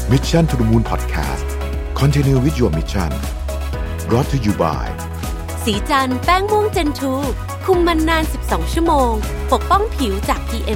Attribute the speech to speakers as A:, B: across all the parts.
A: Mission to the Moon Podcast Continue with your mission brought to you by
B: สีจันแป้งม่วงเจนทูคุมมันนาน12ชั่วโมงปกป้องผิวจาก PM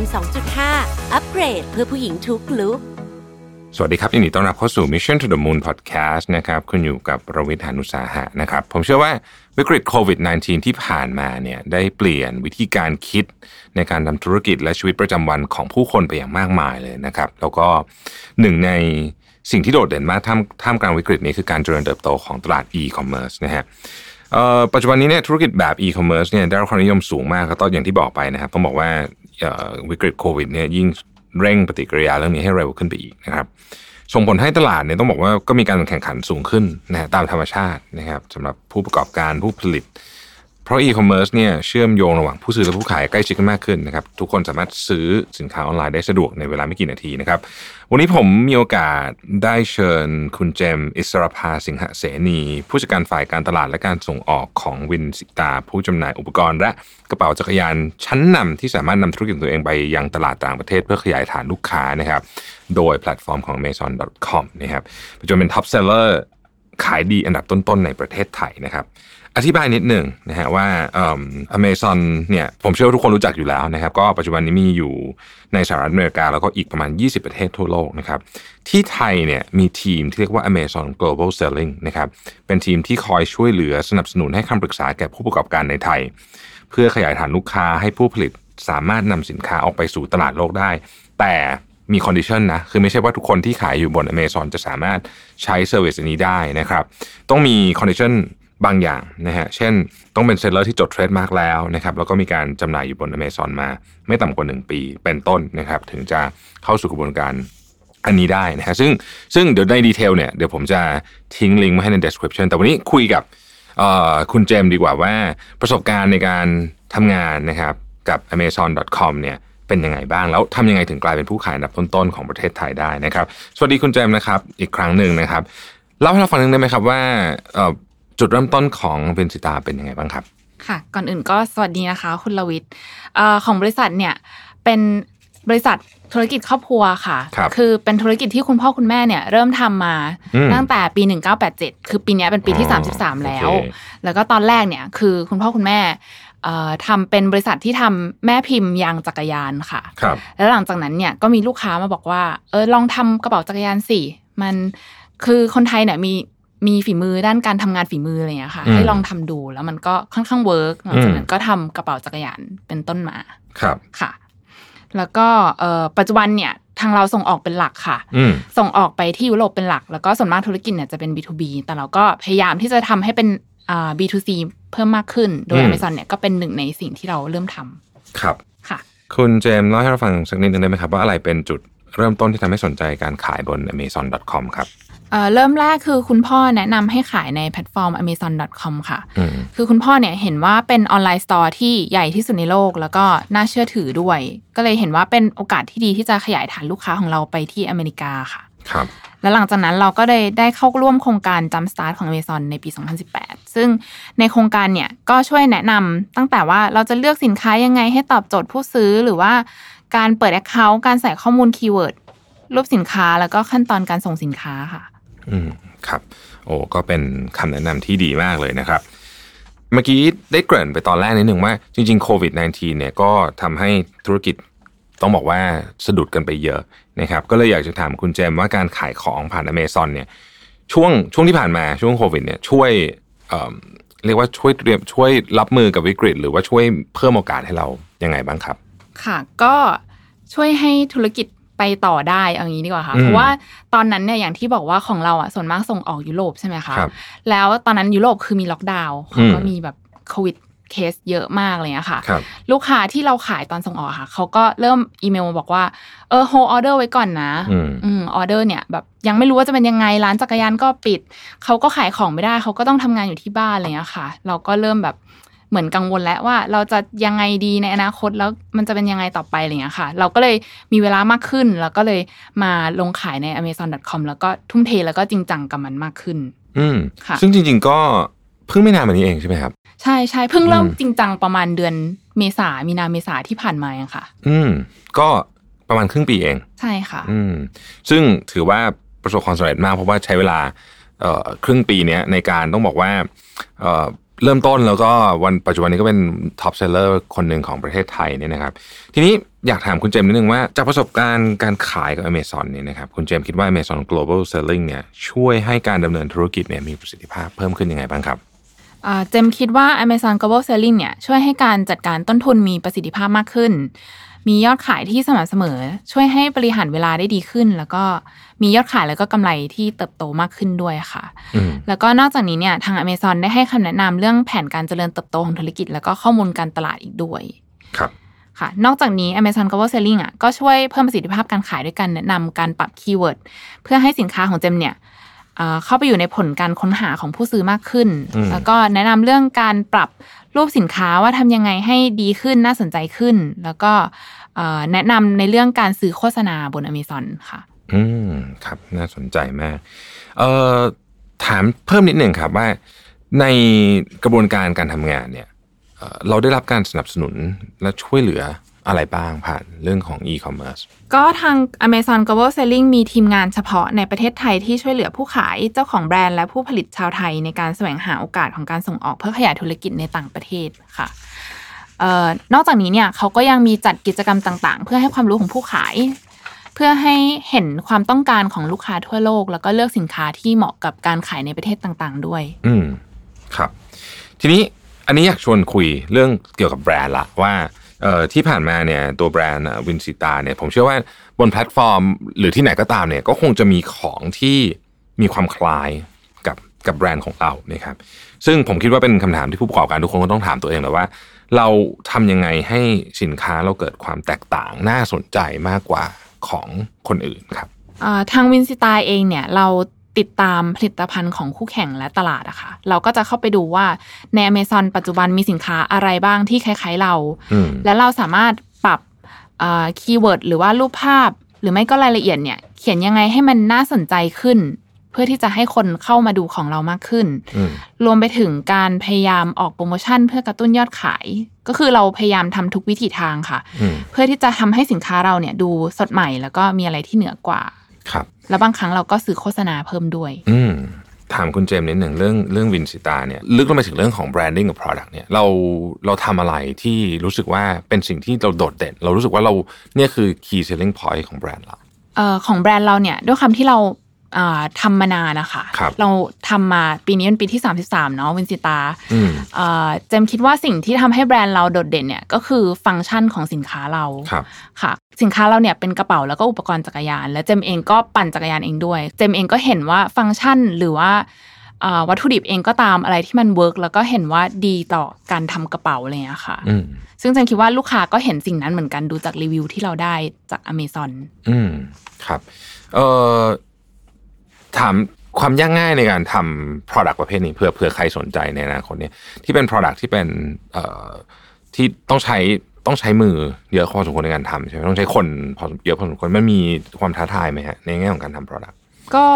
B: 2.5 อัปเกรดเพื่อผู้หญิงทุกลุค
C: สวัสดีครับยินดีต้อนรับเข้าสู่ Mission to the Moon Podcast นะครับคุณอยู่กับรวิทย์ หาญอุตสาหะนะครับผมเชื่อว่าวิกฤตโควิด -19 ที่ผ่านมาเนี่ยได้เปลี่ยนวิธีการคิดในการทำธุรกิจและชีวิตประจำวันของผู้คนไปอย่างมากมายเลยนะครับแล้วก็หนึ่งในสิ่งที่โดดเด่นมากท่ามกลางวิกฤตนี้คือการเจริญเติบโตของตลาด e-commerce นะฮะปัจจุบันนี้เนี่ยธุรกิจแบบ e-commerce เนี่ยได้รับความนิยมสูงมากก็ต้องอย่างที่บอกไปนะครับต้องบอกว่าวิกฤตโควิดเนี่ยยิ่งเร่งปฏิกิริยาเรื่องนี้ให้เร็วขึ้นไปอีกนะครับส่งผลให้ตลาดเนี่ยต้องบอกว่าก็มีการแข่งขันสูงขึ้นนะตามธรรมชาตินะครับสำหรับผู้ประกอบการผู้ผลิตเพราะ e-commerce เนี่ยเชื่อมโยงระหว่างผู้ซื้อและผู้ขายใกล้ชิดกันมากขึ้นนะครับทุกคนสามารถซื้อสินค้าออนไลน์ได้สะดวกในเวลาไม่กี่นาทีนะครับวันนี้ผมมีโอกาสได้เชิญคุณเจมส์อิสรภาสิงหเสนีผู้จัดการฝ่ายการตลาดและการส่งออกของวินสิตาผู้จำหน่ายอุปกรณ์และกระเป๋าจักรยานชั้นนำที่สามารถนำธุรกิจตัวเองไปยังตลาดต่างประเทศเพื่อขยายฐานลูกค้านะครับโดยแพลตฟอร์มของ amazon.com นะครับจนเป็นท็อปเซลเลอร์ขายดีอันดับต้นๆในประเทศไทยนะครับอธิบายนิดหนึ่งนะฮะว่าAmazon เนี่ยผมเชื่อว่าทุกคนรู้จักอยู่แล้วนะครับก็ปัจจุบันนี้มีอยู่ในสหรัฐอเมริกาแล้วก็อีกประมาณ20ประเทศทั่วโลกนะครับที่ไทยเนี่ยมีทีมที่เรียกว่า Amazon Global Selling นะครับเป็นทีมที่คอยช่วยเหลือสนับสนุนให้คำปรึกษาแก่ผู้ประกอบการในไทยเพื่อขยายฐานลูกค้าให้ผู้ผลิตสามารถนำสินค้าออกไปสู่ตลาดโลกได้แต่มีคอนดิชันนะคือไม่ใช่ว่าทุกคนที่ขายอยู่บน Amazon จะสามารถใช้เซอร์วิสนี้ได้นะครับต้องมีคอนดิชันบางอย่างนะฮะเช่นต้องเป็นเซลเลอร์ที่จดเทรดมาร์กแล้วนะครับแล้วก็มีการจำหน่ายอยู่บน Amazon มาไม่ต่ำกว่า1ปีเป็นต้นนะครับถึงจะเข้าสู่กระบวนการอันนี้ได้นะฮะซึ่งเดี๋ยวในดีเทลเนี่ยเดี๋ยวผมจะทิ้งลิงก์ไว้ให้ใน description แต่วันนี้คุยกับคุณเจมส์ดีกว่าว่าประสบการณ์ในการทำงานนะครับกับ amazon.com เนี่ยเป็นยังไงบ้างแล้วทำยังไงถึงกลายเป็นผู้ขายอันดับต้นๆของประเทศไทยได้นะครับสวัสดีคุณเจมส์นะครับอีกครั้งหนึ่งนะครับเล่าให้เราฟังได้ไหมครับว่าจุดเริ่มต้นของวินสิตาเป็นยังไงบ้างครับ
D: ค่ะก่อนอื่นก็สวัสดีนะคะคุณลวิทย์ของบริษัทเนี่ยเป็นบริษัทธุรกิจครอบครัวค่ะคือเป็นธุรกิจที่คุณพ่อคุณแม่เนี่ยเริ่มทำมาตั้งแต่ปี1987คือปีนี้เป็นปีที่33แล้วก็ตอนแรกเนี่ยคือคุณพ่อคุณแม่ทำเป็นบริษัทที่ทำแม่พิมพ์ยางจักรยานค่ะแล้วหลังจากนั้นเนี่ยก็มีลูกค้ามาบอกว่าลองทำกระเป๋าจักรยานสิมันคือคนไทยเนี่ยมีฝีมือด้านการทำงานฝีมืออะไรอย่างเงี้ยค่ะให้ลองทำดูแล้วมันก็ค่อนข้างเวิร์กหลังจากนั้นก็ทำกระเป๋าจักรยานเป็นต้นมา
C: ครับ
D: ค่ะแล้วก็ปัจจุบันเนี่ยทางเราส่งออกเป็นหลักค่ะส่งออกไปที่ยุโรปเป็นหลักแล้วก็ส่วนมากธุรกิจเนี่ยจะเป็น B2B แต่เราก็พยายามที่จะทำให้เป็นB2C เพิ่มมากขึ้นโดย Amazon เนี่ยก็เป็นหนึ่งในสิ่งที่เราเริ่มทำ
C: ครับ
D: ค่ะ
C: คุณเจมส์เล่าให้เราฟังสักนิดนึงได้ไหมครับว่าอะไรเป็นจุดเริ่มต้นที่ทำให้สนใจการขายบน amazon.com ครับ
D: เริ่มแรกคือคุณพ่อแนะนำให้ขายในแพลตฟอร์ม amazon.com ค่ะคือคุณพ่อเนี่ยเห็นว่าเป็นออนไลน์สตอร์ที่ใหญ่ที่สุดในโลกแล้วก็น่าเชื่อถือด้วยก็เลยเห็นว่าเป็นโอกาสที่ดีที่จะขยายฐานลูกค้าของเราไปที่อเมริกาค่ะ
C: ครับ
D: แล้วหลังจากนั้นเราก็ได้เข้าร่วมโครงการ Jump Start ของ Amazon ในปี2018ซึ่งในโครงการเนี่ยก็ช่วยแนะนำตั้งแต่ว่าเราจะเลือกสินค้ายังไงให้ตอบโจทย์ผู้ซื้อหรือว่าการเปิด account การใส่ข้อมูลคีย์เวิร์ดรูปสินค้าแล้วก็ขั้นตอนการส่งสินค้าค่ะ
C: ครับโอ้ก็เป็นคำแนะนำที่ดีมากเลยนะครับเมื่อกี้ได้เกริ่นไปตอนแรกนิดนึงว่าจริงๆโควิด -19 เนี่ยก็ทำให้ธุรกิจต้องบอกว่าสะดุดกันไปเยอะนะครับก็เลยอยากจะถามคุณเจมส์ว่าการขายของผ่าน Amazon เนี่ยช่วงที่ผ่านมาช่วงโควิดเนี่ยช่วยเรียกว่าช่วยรับมือกับวิกฤตหรือว่าช่วยเพิ่มโอกาสให้เรายังไงบ้างครับ
D: ค่ะก็ช่วยให้ธุรกิจไปต่อได้เอางี้ดีกว่าค่ะเพราะว่าตอนนั้นเนี่ยอย่างที่บอกว่าของเราอ่ะส่วนมากส่งออกยุโรปใช่ไหมคะแล้วตอนนั้นยุโรปคือมีล็อกดาวน์ก็มีแบบโควิดเคสเยอะมากเลยอะค่ะลูกค้าที่เราขายตอนส่งออกค่ะเขาก็เริ่มอีเมลมาบอกว่าโฮลออเดอร์ไว้ก่อนนะออเดอร์เนี่ยแบบยังไม่รู้ว่าจะเป็นยังไงร้านจักรยานก็ปิดเขาก็ขายของไม่ได้เขาก็ต้องทำงานอยู่ที่บ้านอะไรอย่างเงี้ยค่ะเราก็เริ่มแบบเหมือนกังวลแล้วว่าเราจะยังไงดีในอนาคตแล้วมันจะเป็นยังไงต่อไปอะไรอย่างเงี้ยค่ะเราก็เลยมีเวลามากขึ้นแล้วก็เลยมาลงขายใน amazon.com แล้วก็ทุ่มเทแล้วก็จริงจังกับมันมากขึ้น
C: ค่ะซึ่งจริงๆก็เพิ่งไม่นานมานี้เองใช่ไหมครับ
D: ใช่ๆเพิ่งเริ่มจริงจังประมาณเดือนมีนาเมษาที่ผ่านมาเองค่ะ
C: ก็ประมาณครึ่งปีเอง
D: ใช่ค่ะ
C: ซึ่งถือว่าประสบความสำเร็จมากเพราะว่าใช้เวลาครึ่งปีนี้ในการต้องบอกว่าเริ่มต้นแล้วก็วันปัจจุบันนี้ก็เป็นท็อปเซลเลอร์คนหนึ่งของประเทศไทยเนี่ยนะครับทีนี้อยากถามคุณเจมส์นิดนึงว่าจากประสบการณ์การขายกับ Amazon เนี่ยนะครับคุณเจมส์คิดว่า Amazon Global Selling เนี่ยช่วยให้การดำเนินธุรกิจเนี่ยมีประสิทธิภาพเพิ่มขึ้นยังไงบ้างครับ
D: เจมคิดว่า Amazon Global Selling เนี่ยช่วยให้การจัดการต้นทุนมีประสิทธิภาพมากขึ้นมียอดขายที่สม่ำเสมอช่วยให้บริหารเวลาได้ดีขึ้นแล้วก็มียอดขายแล้วก็กำไรที่เติบโตมากขึ้นด้วยค่ะแล้วก็นอกจากนี้เนี่ยทาง Amazon ได้ให้คำแนะนำเรื่องแผนการเจริญเติบโตของธุรกิจแล้วก็ข้อมูลการตลาดอีกด้วย
C: ครับ
D: ค่ะนอกจากนี้ Amazon Global Selling ก็ช่วยเพิ่มประสิทธิภาพการขายด้วยการแนะนำการปรับคีย์เวิร์ดเพื่อให้สินค้าของเจมเนี่ยเข้าไปอยู่ในผลการค้นหาของผู้ซื้อมากขึ้นแล้วก็แนะนำเรื่องการปรับรูปสินค้าว่าทำยังไงให้ดีขึ้นน่าสนใจขึ้นแล้วก็แนะนำในเรื่องการซื้อโฆษณาบน Amazon ค่ะ
C: ครับน่าสนใจมากถามเพิ่มนิดหนึ่งครับว่าในกระบวนการการทำงานเนี่ยเราได้รับการสนับสนุนและช่วยเหลืออะไรบ้างผ่านเรื่องของ e-commerce
D: ก็ทาง Amazon Global Selling มีทีมงานเฉพาะในประเทศไทยที่ช่วยเหลือผู้ขายเจ้าของแบรนด์และผู้ผลิตชาวไทยในการแสวงหาโอกาสของการส่งออกเพื่อขยายธุรกิจในต่างประเทศค่ะนอกจากนี้เนี่ยเขาก็ยังมีจัดกิจกรรมต่างๆเพื่อให้ความรู้ของผู้ขายเพื่อให้เห็นความต้องการของลูกค้าทั่วโลกแล้วก็เลือกสินค้าที่เหมาะกับการขายในประเทศต่างๆด้วย
C: ครับทีนี้อันนี้อยากชวนคุยเรื่องเกี่ยวกับแบรนด์ละว่าที่ผ่านมาเนี่ยตัวแบรนด์วินซิตาเนี่ยผมเชื่อว่าบนแพลตฟอร์มหรือที่ไหนก็ตามเนี่ยก็คงจะมีของที่มีความคล้ายกับแบรนด์ของเรานะครับซึ่งผมคิดว่าเป็นคำถามที่ผู้ประกอบการทุกคนก็ต้องถามตัวเองเลยว่าเราทำยังไงให้สินค้าเราเกิดความแตกต่างน่าสนใจมากกว่าของคนอื่นครับ
D: ทางวินซิตาเองเนี่ยเราติดตามผลิตภัณฑ์ของคู่แข่งและตลาดอะค่ะเราก็จะเข้าไปดูว่าใน Amazon ปัจจุบันมีสินค้าอะไรบ้างที่คล้ายๆเราและเราสามารถปรับคีย์เวิร์ดหรือว่ารูปภาพหรือไม่ก็รายละเอียดเนี่ยเขียนยังไงให้มันน่าสนใจขึ้นเพื่อที่จะให้คนเข้ามาดูของเรามากขึ้นรวมไปถึงการพยายามออกโปรโมชั่นเพื่อกระตุ้นยอดขายก็คือเราพยายามทำทุกวิถีทางค่ะเพื่อที่จะทำให้สินค้าเราเนี่ยดูสดใหม่แล้วก็มีอะไรที่เหนือกว่า
C: ครับ
D: แล้วบางครั้งเราก็ซื้อโฆษณาเพิ่มด้วย
C: ถามคุณเจมส์นิดหนึ่งเรื่องวินซิตาเนี่ยลึกลงไปถึงเรื่องของ branding กับ product เนี่ยเราทำอะไรที่รู้สึกว่าเป็นสิ่งที่เราโดดเด่นเรารู้สึกว่าเราเนี่ยคือ key selling point ของแบรนด์เรา
D: ของแบรนด์เราเนี่ยด้วยคำที่เราทำมานานนะคะเราทำมาปีนี้เป็นปีที่33เนาะวินซิตาเจมคิดว่าสิ่งที่ทำให้แบรนด์เราโดดเด่นเนี่ยก็คือฟังก์ชันของสินค้าเราค่ะสินค้าเราเนี่ยเป็นกระเป๋าแล้วก็อุปกรณ์จักรยานและเจมเองก็ปั่นจักรยานเองด้วยเจมเองก็เห็นว่าฟังก์ชันหรือว่าวัตถุดิบเองก็ตามอะไรที่มันเวิร์กแล้วก็เห็นว่าดีต่อการทำกระเป๋าอะไรอย่างเงี้ยค่ะซึ่งเจมคิดว่าลูกค้าก็เห็นสิ่งนั้นเหมือนกันดูจากรีวิวที่เราได้จาก Amazon
C: ครับถามความยากง่ายในการทำ product ประเภทนี้เพื่อใครสนใจในอนาคตเนี่ยที่เป็น product ที่เป็นที่ต้องใช้มือเยอะพอสมควรในการทำใช่ไหมต้องใช้คนเยอะพอสมควรมันมีความท้าทายไหมฮะในแง่ของการทำ product
D: ก็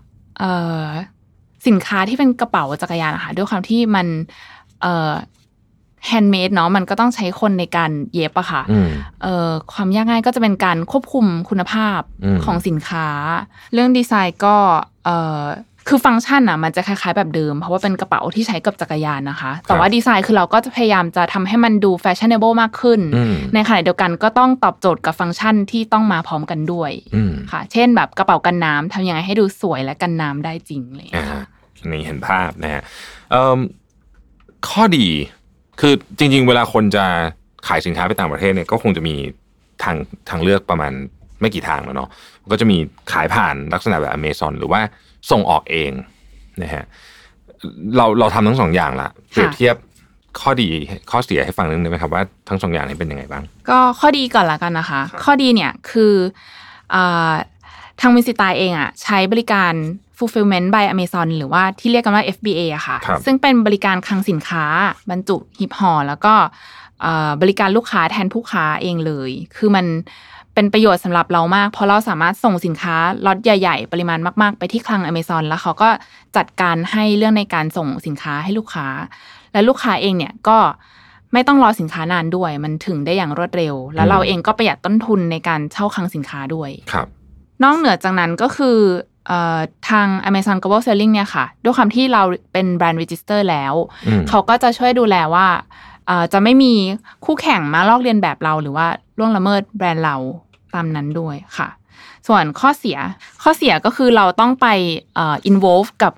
D: สินค้าที่เป็นกระเป๋าจักรยานนะคะด้วยความที่มันแฮนด์เมดเนาะมันก็ต้องใช้คนในการเย็บอะค่ะความยากง่ายก็จะเป็นการควบคุมคุณภาพของสินค้าเรื่องดีไซน์ก็คือฟังก์ชันอะมันจะคล้ายๆแบบเดิมเพราะว่าเป็นกระเป๋าที่ใช้กับจักรยานนะคะแต่ว่าดีไซน์คือเราก็จะพยายามจะทำให้มันดูแฟชั่นเนเบิลมากขึ้นในขณะเดียวกันก็ต้องตอบโจทย์กับฟังก์ชันที่ต้องมาพร้อมกันด้วยค่ะเช่นแบบกระเป๋ากันน้ำทำยังไงให้ดูสวยและกันน้ำได้จริงเลย
C: นี่เห็นภาพนะฮะข้อดีคือจริงๆเวลาคนจะขายสินค้าไปต่างประเทศเนี่ยก็คงจะมีทางเลือกประมาณไม่กี่ทางแล้วเนาะก็จะมีขายผ่านลักษณะแบบ Amazon หรือว่าส่งออกเองนะฮะเราทำทั้งสองอย่างละเปรียบเทียบข้อดีข้อเสียให้ฟังนึงได้ไหมครับว่าทั้งสองอย่างนี้เป็นยังไงบ้าง
D: ก็ข้อดีก่อนละกันนะคะข้อดีเนี่ยคือทางวินซิตาเองอ่ะใช้บริการ fulfillment by Amazon หรือว่าที่เรียกกันว่า FBA อะค่ะซึ่งเป็นบริการคลังสินค้าบรรจุหีบห่อแล้วก็บริการลูกค้าแทนผู้ค้าเองเลยคือมันเป็นประโยชน์สำหรับเรามากเพราะเราสามารถส่งสินค้าล็อตใหญ่ๆปริมาณมากๆไปที่คลัง Amazon แล้วเขาก็จัดการให้เรื่องในการส่งสินค้าให้ลูกค้าและลูกค้าเองเนี่ยก็ไม่ต้องรอสินค้านานด้วยมันถึงได้อย่างรวดเร็วแล้วเราเองก็ประหยัดต้นทุนในการเช่าคลังสินค้าด้วย
C: ครับ
D: นอกเหนือจากนั้นก็คือทาง Amazon Global Selling เนี่ยค่ะด้วยความที่เราเป็นแบรนด์ Register แล้วเขาก็จะช่วยดูแลว่าจะไม่มีคู่แข่งมาลอกเลียนแบบเราหรือว่าล่วงละเมิดแบรนด์เราตามนั้นด้วยค่ะส่วนข้อเสียก็คือเราต้องไปinvolve กับ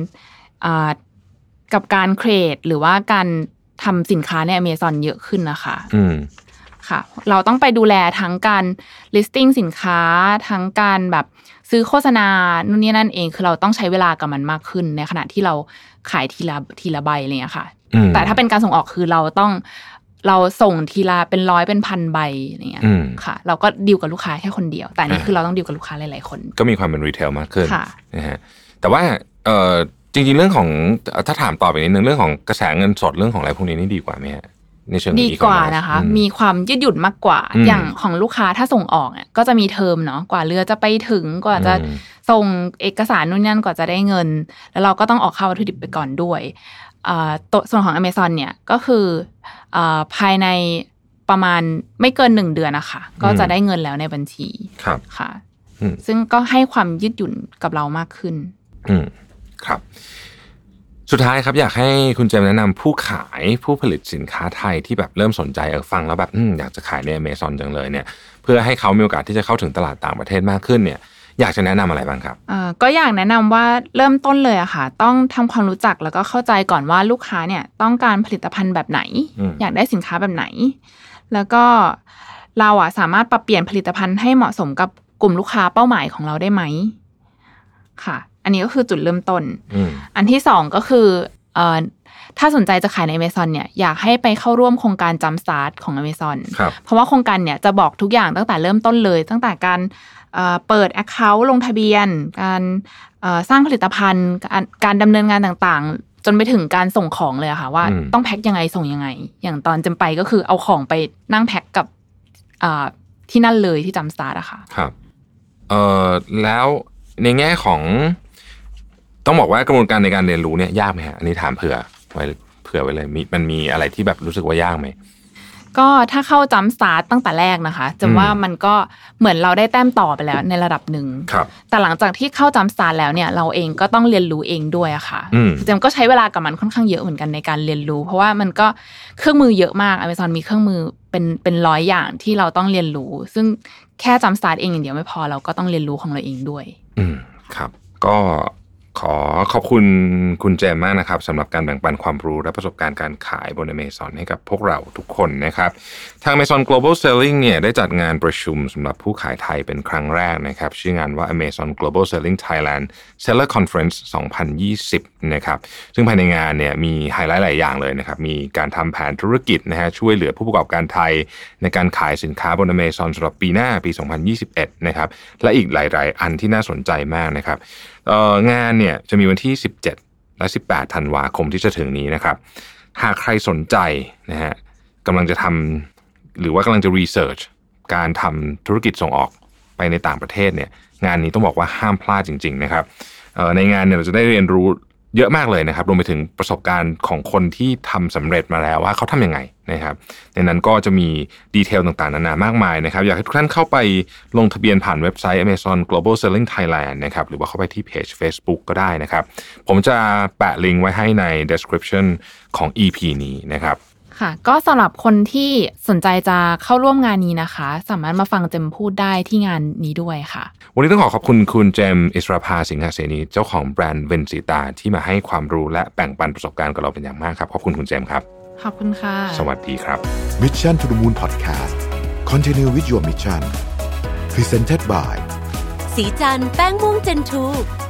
D: การcreate หรือว่าการทำสินค้าใน Amazon เยอะขึ้นนะคะค่ะเราต้องไปดูแลทั้งการ listing สินค้าทั้งการแบบซื้อโฆษณานู่นนี่นั่นเองคือเราต้องใช้เวลากับมันมากขึ้นในขณะที่เราขายทีละใบอะไรอย่างเงี้ยค่ะแต่ถ้าเป็นการส่งออกคือเราส่งทีละเป็น100เป็นพันใบอะไรเงี้ยค่ะเราก็ดีลกับลูกค้าแค่คนเดียวแต่นี่คือเราต้องดีลกับลูกค้าหลายๆคนก็
C: มีความเป็นรีเทลมากขึ้นนะฮะแต่ว่าจริงๆเรื่องของถ้าถามต่อไปนิดนึงเรื่องของกระแสเงินสดเรื่องของอะไรพวกนี้นี่ดีกว่าไหมฮะในเชิงดี
D: กว่านะคะมีความยืดหยุ่นมากกว่าอย่างของลูกค้าถ้าส่งออกเนี่ยก็จะมีเทอมเนาะกว่าเรือจะไปถึงกว่าจะส่งเอกสารนู่นนั่นกว่าจะได้เงินแล้วเราก็ต้องออกค่าวัตถุดิบไปก่อนด้วยส่วนของ Amazon เนี่ยก็คือภายในประมาณไม่เกิน1 เดือนนะคะก็จะได้เงินแล้วในบัญชีค่ะซึ่งก็ให้ความยืดหยุ่นกับเรามากขึ้น
C: ครับสุดท้ายครับอยากให้คุณเจมส์แนะนำผู้ขายผู้ผลิตสินค้าไทยที่แบบเริ่มสนใจฟังแล้วแบบอยากจะขายใน Amazon จังเลยเนี่ยเพื่อให้เขามีโอกาสที่จะเข้าถึงตลาดต่างประเทศมากขึ้นเนี่ยอยากจะแนะนำอะไรบ้างครับ
D: ก็อยากแนะนำว่าเริ่มต้นเลยอะค่ะต้องทำความรู้จักแล้วก็เข้าใจก่อนว่าลูกค้าเนี่ยต้องการผลิตภัณฑ์แบบไหนอยากได้สินค้าแบบไหนแล้วก็เราอะสามารถปรับเปลี่ยนผลิตภัณฑ์ให้เหมาะสมกับกลุ่มลูกค้าเป้าหมายของเราได้ไหมค่ะอันนี้ก็คือจุดเริ่มต้นอันที่2ก็คือถ้าสนใจจะขายใน Amazon เนี่ยอยากให้ไปเข้าร่วมโครงการ Jump Start ของ Amazon เพราะว่าโครงการเนี่ยจะบอกทุกอย่างตั้งแต่เริ่มต้นเลยตั้งแต่การเปิด account ลงทะเบียนการสร้างผลิตภัณฑ์การดำเนินงานต่างๆจนไปถึงการส่งของเลยค่ะว่าต้องแพ็คยังไงส่งยังไงอย่างตอนจำไปก็คือเอาของไปนั่งแพ็คกับที่นั่นเลยที่ Jump Start อะค่ะ
C: ครับแล้วในแง่ของต้องบอกว่ากระบวนการในการเรียนรู้เนี่ยยากไหมฮะอันนี้ถามเผื่อไว้เลยมันมีอะไรที่แบบรู้สึกว่ายากไหม
D: ก็ถ้าเข้าจัมป์สตาร์ทตั้งแต่แรกนะคะจำว่ามันก็เหมือนเราได้แต้มต่อไปแล้วในระดับหนึ่งแต่หลังจากที่เข้าจัมป์สตาร์ทแล้วเนี่ยเราเองก็ต้องเรียนรู้เองด้วยอะค่ะจำก็ใช้เวลากับมันค่อนข้างเยอะเหมือนกันในการเรียนรู้เพราะว่ามันก็เครื่องมือเยอะมาก Amazon มีเครื่องมือเป็น100อย่างที่เราต้องเรียนรู้ซึ่งแค่จัมป์สตาร์ทเองอย่างเดียวไม่พอเราก็ต้องเรียนรู้ของเราเองด้วย
C: ครับก็ขอบคุณคุณเจมส์มากนะครับสำหรับการแบ่งปันความรู้และประสบการณ์การขายบน Amazon ให้กับพวกเราทุกคนนะครับทาง Amazon Global Selling เนี่ยได้จัดงานประชุมสำหรับผู้ขายไทยเป็นครั้งแรกนะครับชื่องานว่า Amazon Global Selling Thailand Seller Conference 2020นะครับซึ่งภายในงานเนี่ยมีไฮไลท์หลายอย่างเลยนะครับมีการทำแผนธุรกิจนะฮะช่วยเหลือผู้ประกอบการไทยในการขายสินค้าบน Amazon สำหรับปีหน้าปี2021นะครับและอีกหลายๆอันที่น่าสนใจมากนะครับงานเนี่ยจะมีวันที่17และ18ธันวาคมที่จะถึงนี้นะครับหากใครสนใจนะฮะกำลังจะทำหรือว่ากำลังจะรีเสิร์ชการทำธุรกิจส่งออกไปในต่างประเทศเนี่ยงานนี้ต้องบอกว่าห้ามพลาดจริงๆนะครับในงานเนี่ยเราจะได้เรียนรู้เยอะมากเลยนะครับรวมไปถึงประสบการณ์ของคนที่ทำสำเร็จมาแล้วว่าเขาทำยังไงนะครับในนั้นก็จะมีดีเทลต่างๆนานามากมายนะครับอยากให้ทุกท่านเข้าไปลงทะเบียนผ่านเว็บไซต์ Amazon Global Selling Thailand นะครับหรือว่าเข้าไปที่เพจ Facebook ก็ได้นะครับผมจะแปะลิงก์ไว้ให้ใน description ของ EP นี้นะครับ
D: ค่ะก็สำหรับคนที่สนใจจะเข้าร่วมงานนี้นะคะสามารถมาฟังเจมพูดได้ที่งานนี้ด้วยค่ะ
C: วันนี้ต้องขอบคุณคุณเจมอิสราภาสิงหเสนีเจ้าของแบรนด์เวนซิตาที่มาให้ความรู้และแบ่งปันประสบการณ์กับเราเป็นอย่างมากครับขอบคุณคุณเจมครับ
D: ขอบคุณค่ะ
C: สวัสดีครับ
A: Mission to the Moon Podcast Continue with your mission Presented by
B: สีจันแป้งม่วงเจนทู